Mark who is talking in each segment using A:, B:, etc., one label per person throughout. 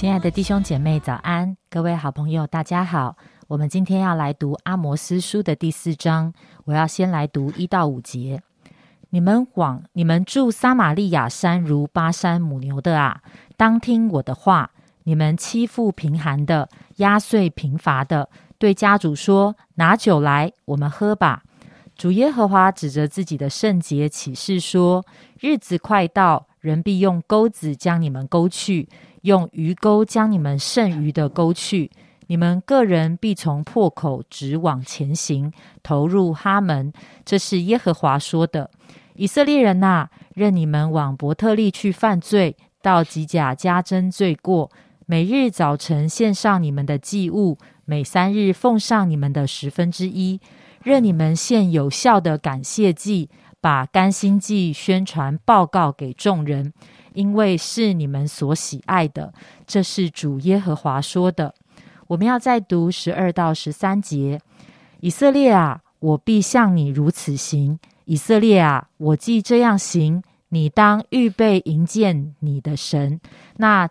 A: 亲爱的弟兄姐妹早安，各位好朋友大家好，我们今天要来读阿摩司书的第4章，我要先来读1到5节。你们住撒玛利亚山如巴山母牛的啊，当听我的话，你们欺负贫寒的，压碎贫乏的，对家主说，拿酒来，我们喝吧。主耶和华指着自己的圣洁起誓说，日子快到，人必用钩子将你们勾去，用鱼钩将你们剩余的勾去，你们个人必从破口直往前行，投入哈门。这是耶和华说的。以色列人啊，任你们往伯特利去犯罪，到吉甲加增罪过，每日早晨献上你们的祭物，每3日奉上你们的1/10，任你们献有效的感谢祭，把甘心祭宣传报告给众人，因为是你们所喜爱的。这是主耶和华说的。我们要再读12到13节。以色列啊，我必向你如此行。以色列啊，我既这样行，你当预备迎见你的神。那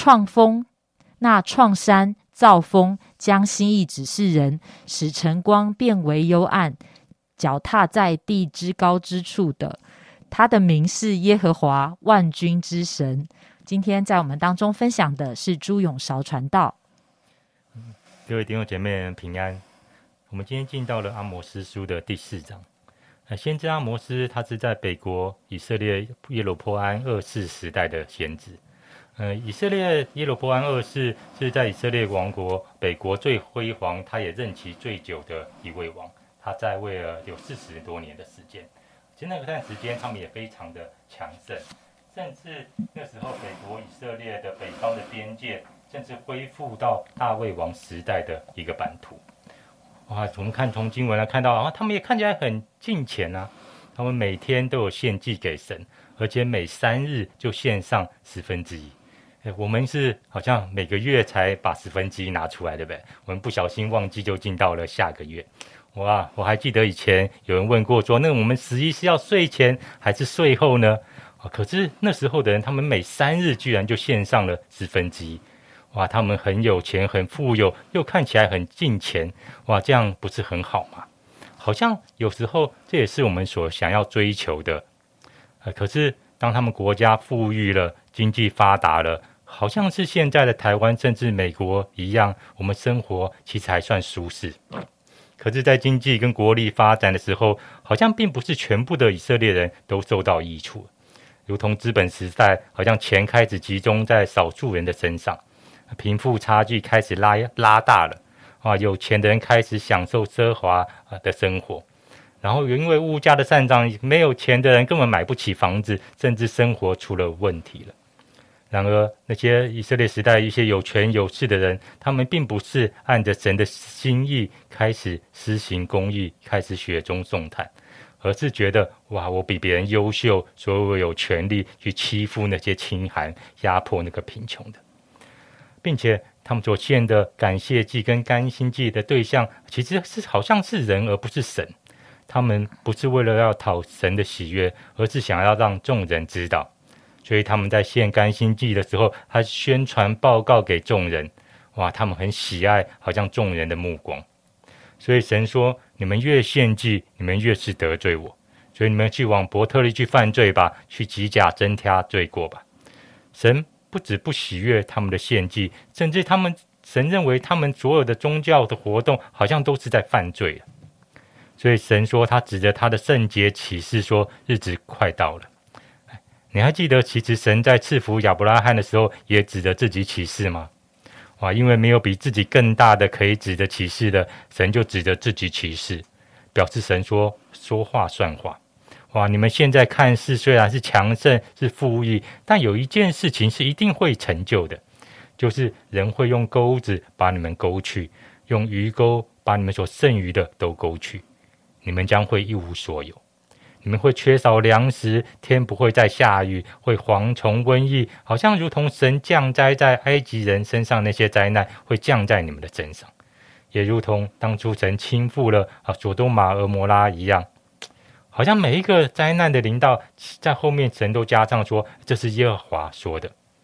A: 创山造风，将心意指示人，使晨光变为幽暗，脚踏在地之高之处的，他的名是耶和华万军之神。今天在我们当中分享的是朱永韶传道。
B: 各位弟兄姐妹平安。我们今天进到了阿摩司书的第4章。先知阿摩司他是在北国以色列耶罗波安2世时代的先知。以色列耶罗波安2世是在以色列王国北国最辉煌，他也任期最久的一位王，他在位了有40多年的时间。其实那段时间他们也非常的强盛，甚至那时候北国以色列的北方的边界甚至恢复到大卫王时代的一个版图。我们从经文来看到，他们也看起来很敬虔啊，他们每天都有献祭给神，而且每3日就献上1/10。我们是好像每个月才把1/10拿出来，对不对？我们不小心忘记就进到了下个月。我还记得以前有人问过说，那我们11是要税前还是税后呢？可是那时候的人，他们每3日居然就献上了1/10。他们很有钱，很富有，又看起来很敬虔。这样不是很好吗？好像有时候这也是我们所想要追求的。可是当他们国家富裕了，经济发达了，好像是现在的台湾甚至美国一样，我们生活其实还算舒适。可是在经济跟国力发展的时候，好像并不是全部的以色列人都受到益处，如同资本时代，好像钱开始集中在少数人的身上，贫富差距开始拉大了，有钱的人开始享受奢华的生活，然后因为物价的上涨，没有钱的人根本买不起房子，甚至生活出了问题了。然而那些以色列时代一些有权有势的人，他们并不是按着神的心意开始施行公义，开始雪中送炭，而是觉得我比别人优秀，所以我有权利去欺负那些清寒，压迫那个贫穷的，并且他们所献的感谢祭跟甘心祭的对象，其实是好像是人而不是神。他们不是为了要讨神的喜悦，而是想要让众人知道。所以他们在献甘心祭的时候，他宣传报告给众人，他们很喜爱好像众人的目光。所以神说，你们越献祭，你们越是得罪我，所以你们去往伯特利去犯罪吧，去吉甲增加罪过吧。神不止不喜悦他们的献祭，甚至神认为他们所有的宗教的活动好像都是在犯罪了。所以神说，他指着他的圣洁启示说，日子快到了。你还记得其实神在赐福亚伯拉罕的时候也指着自己启示吗？因为没有比自己更大的可以指着启示的，神就指着自己启示，表示神说话算话。你们现在看似虽然是强盛是富裕，但有一件事情是一定会成就的，就是人会用钩子把你们勾去，用鱼钩把你们所剩余的都勾去，你们将会一无所有。你们会缺少粮食，天不会再下雨，会蝗虫瘟疫，好像如同神降灾在埃及人身上那些灾难会降在你们的身上，也如同当初神倾覆了所多玛俄摩拉一样，好像每一个灾难的临到在后面神都加上说这是耶和华说的。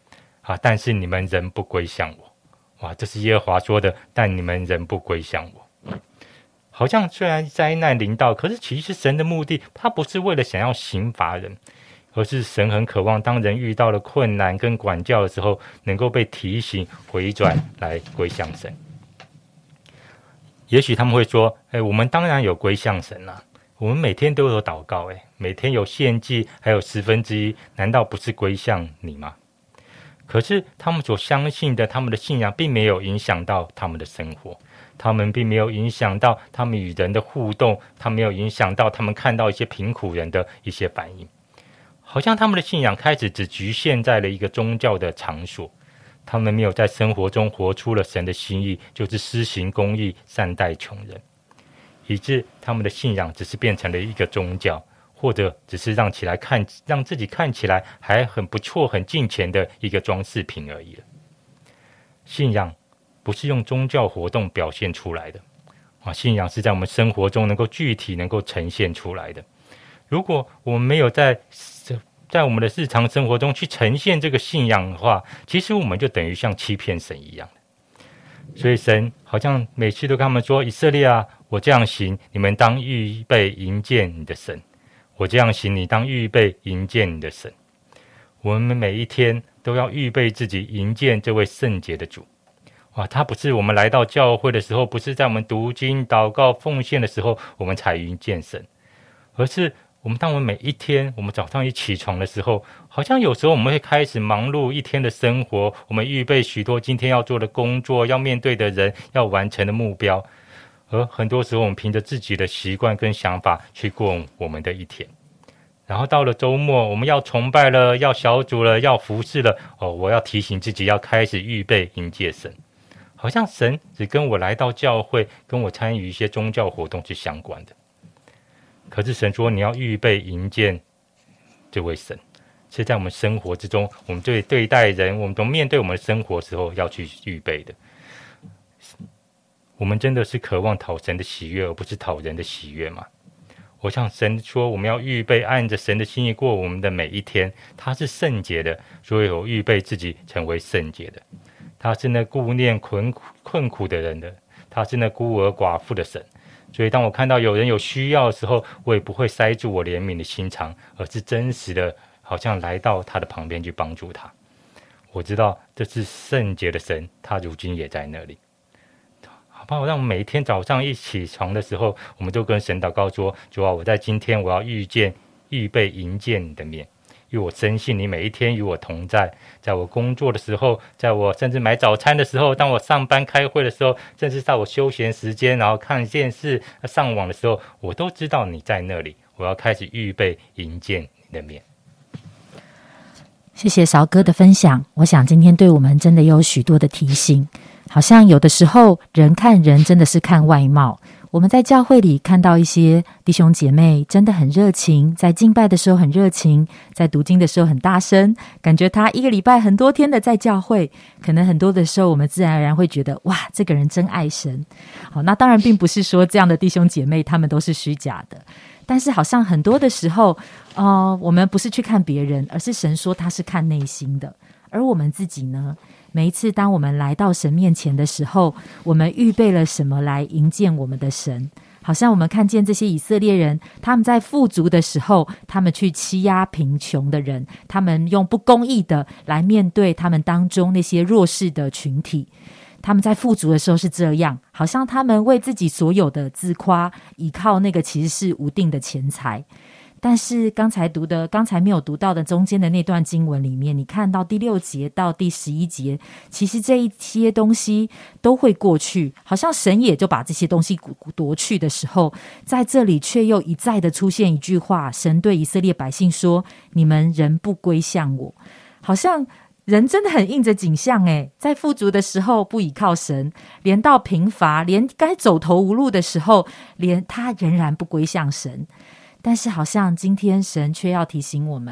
B: 但是你们仍不归向我。哇，这是耶和华说的，但你们仍不归向我。好像虽然灾难临到，可是其实神的目的，他不是为了想要刑罚人，而是神很渴望当人遇到了困难跟管教的时候，能够被提醒回转来归向神。也许他们会说，我们当然有归向神啦，我们每天都有祷告，每天有献祭，还有1/10，难道不是归向你吗？可是他们所相信的，他们的信仰并没有影响到他们的生活，他们并没有影响到他们与人的互动，他们没有影响到他们看到一些贫苦人的一些反应。好像他们的信仰开始只局限在了一个宗教的场所，他们没有在生活中活出了神的心意，就是施行公义，善待穷人，以致他们的信仰只是变成了一个宗教，或者只是让自己看起来还很不错、很敬虔的一个装饰品而已了。信仰不是用宗教活动表现出来的，信仰是在我们生活中能够具体、能够呈现出来的。如果我们没有在我们的日常生活中去呈现这个信仰的话，其实我们就等于像欺骗神一样。所以神好像每次都跟他们说，以色列啊，我这样行，你们当预备迎接你的神。我这样行，你当预备迎接你的神。我们每一天都要预备自己迎接这位圣洁的主。他不是我们来到教会的时候，不是在我们读经、祷告、奉献的时候，我们才迎接神，而是当我们每一天，我们早上一起床的时候，好像有时候我们会开始忙碌一天的生活，我们预备许多今天要做的工作，要面对的人，要完成的目标。而很多时候我们凭着自己的习惯跟想法去过我们的一天，然后到了周末，我们要崇拜了，要小组了，要服侍了，我要提醒自己要开始预备迎接神。好像神只跟我来到教会，跟我参与一些宗教活动是相关的。可是神说你要预备迎接这位神，是在我们生活之中，我们对待人，我们都面对我们的生活时候要去预备的。我们真的是渴望讨神的喜悦，而不是讨人的喜悦吗？我想神说我们要预备按着神的心意过我们的每一天，他是圣洁的，所以我预备自己成为圣洁的。他是那顾念困苦的人的，他是那孤儿寡妇的神。所以当我看到有人有需要的时候，我也不会塞住我怜悯的心肠，而是真实的好像来到他的旁边去帮助他。我知道这是圣洁的神，他如今也在那里。好不好？让我们每一天早上一起床的时候，我们都跟神祷告说，主啊，我在今天我要预备迎接你的面，因为我深信你每一天与我同在，在我工作的时候，在我甚至买早餐的时候，当我上班开会的时候，甚至在我休闲时间然后看电视上网的时候，我都知道你在那里。我要开始预备迎接你的面。
A: 谢谢韶哥的分享，我想今天对我们真的有许多的提醒。好像有的时候人看人真的是看外貌，我们在教会里看到一些弟兄姐妹真的很热情，在敬拜的时候很热情，在读经的时候很大声，感觉他一个礼拜很多天的在教会，可能很多的时候我们自然而然会觉得哇，这个人真爱神。好，那当然并不是说这样的弟兄姐妹他们都是虚假的，但是好像很多的时候我们不是去看别人，而是神说他是看内心的。而我们自己呢，每一次当我们来到神面前的时候，我们预备了什么来迎接我们的神？好像我们看见这些以色列人，他们在富足的时候，他们去欺压贫穷的人，他们用不公义的来面对他们当中那些弱势的群体。他们在富足的时候是这样，好像他们为自己所有的自夸，依靠那个其实是无定的钱财。但是刚才没有读到的中间的那段经文里面，你看到第6节到第11节，其实这一些东西都会过去，好像神也就把这些东西夺去的时候，在这里却又一再的出现一句话，神对以色列百姓说，你们仍不归向我。好像人真的很应着景象耶，在富足的时候不倚靠神，连到贫乏，连该走投无路的时候，连他仍然不归向神。但是好像今天神却要提醒我们，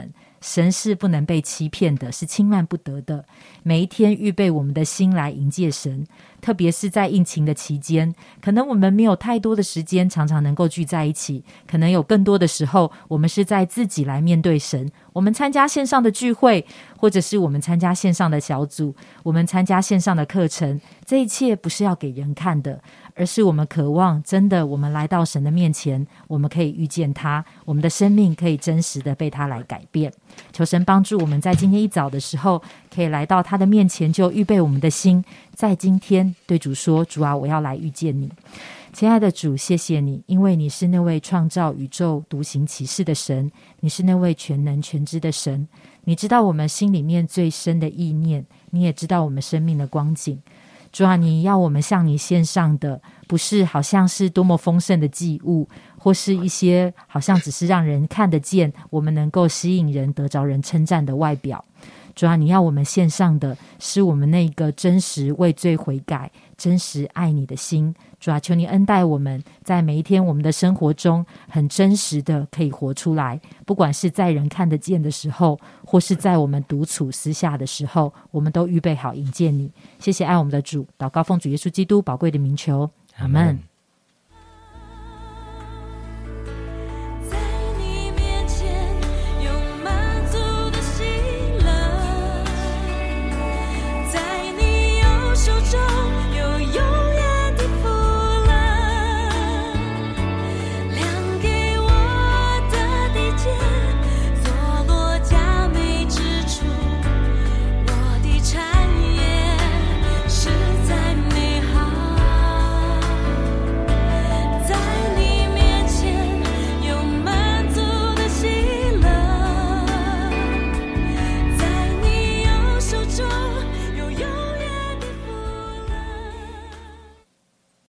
A: 神是不能被欺骗的，是轻慢不得的。每一天预备我们的心来迎接神，特别是在疫情的期间，可能我们没有太多的时间常常能够聚在一起，可能有更多的时候我们是在自己来面对神。我们参加线上的聚会，或者是我们参加线上的小组，我们参加线上的课程，这一切不是要给人看的，而是我们渴望真的我们来到神的面前，我们可以遇见他，我们的生命可以真实的被他来改变。求神帮助我们在今天一早的时候可以来到他的面前，就预备我们的心，在今天对主说，主啊，我要来遇见你。亲爱的主，谢谢你，因为你是那位创造宇宙独行其事的神，你是那位全能全知的神，你知道我们心里面最深的意念，你也知道我们生命的光景。主啊，你要我们向你献上的不是好像是多么丰盛的祭物，或是一些好像只是让人看得见，我们能够吸引人得着人称赞的外表。主啊，你要我们献上的是我们那个真实为罪悔改、真实爱你的心。主啊，求你恩待我们，在每一天我们的生活中很真实的可以活出来，不管是在人看得见的时候，或是在我们独处私下的时候，我们都预备好迎接你。谢谢爱我们的主，祷告奉主耶稣基督宝贵的名求，阿们。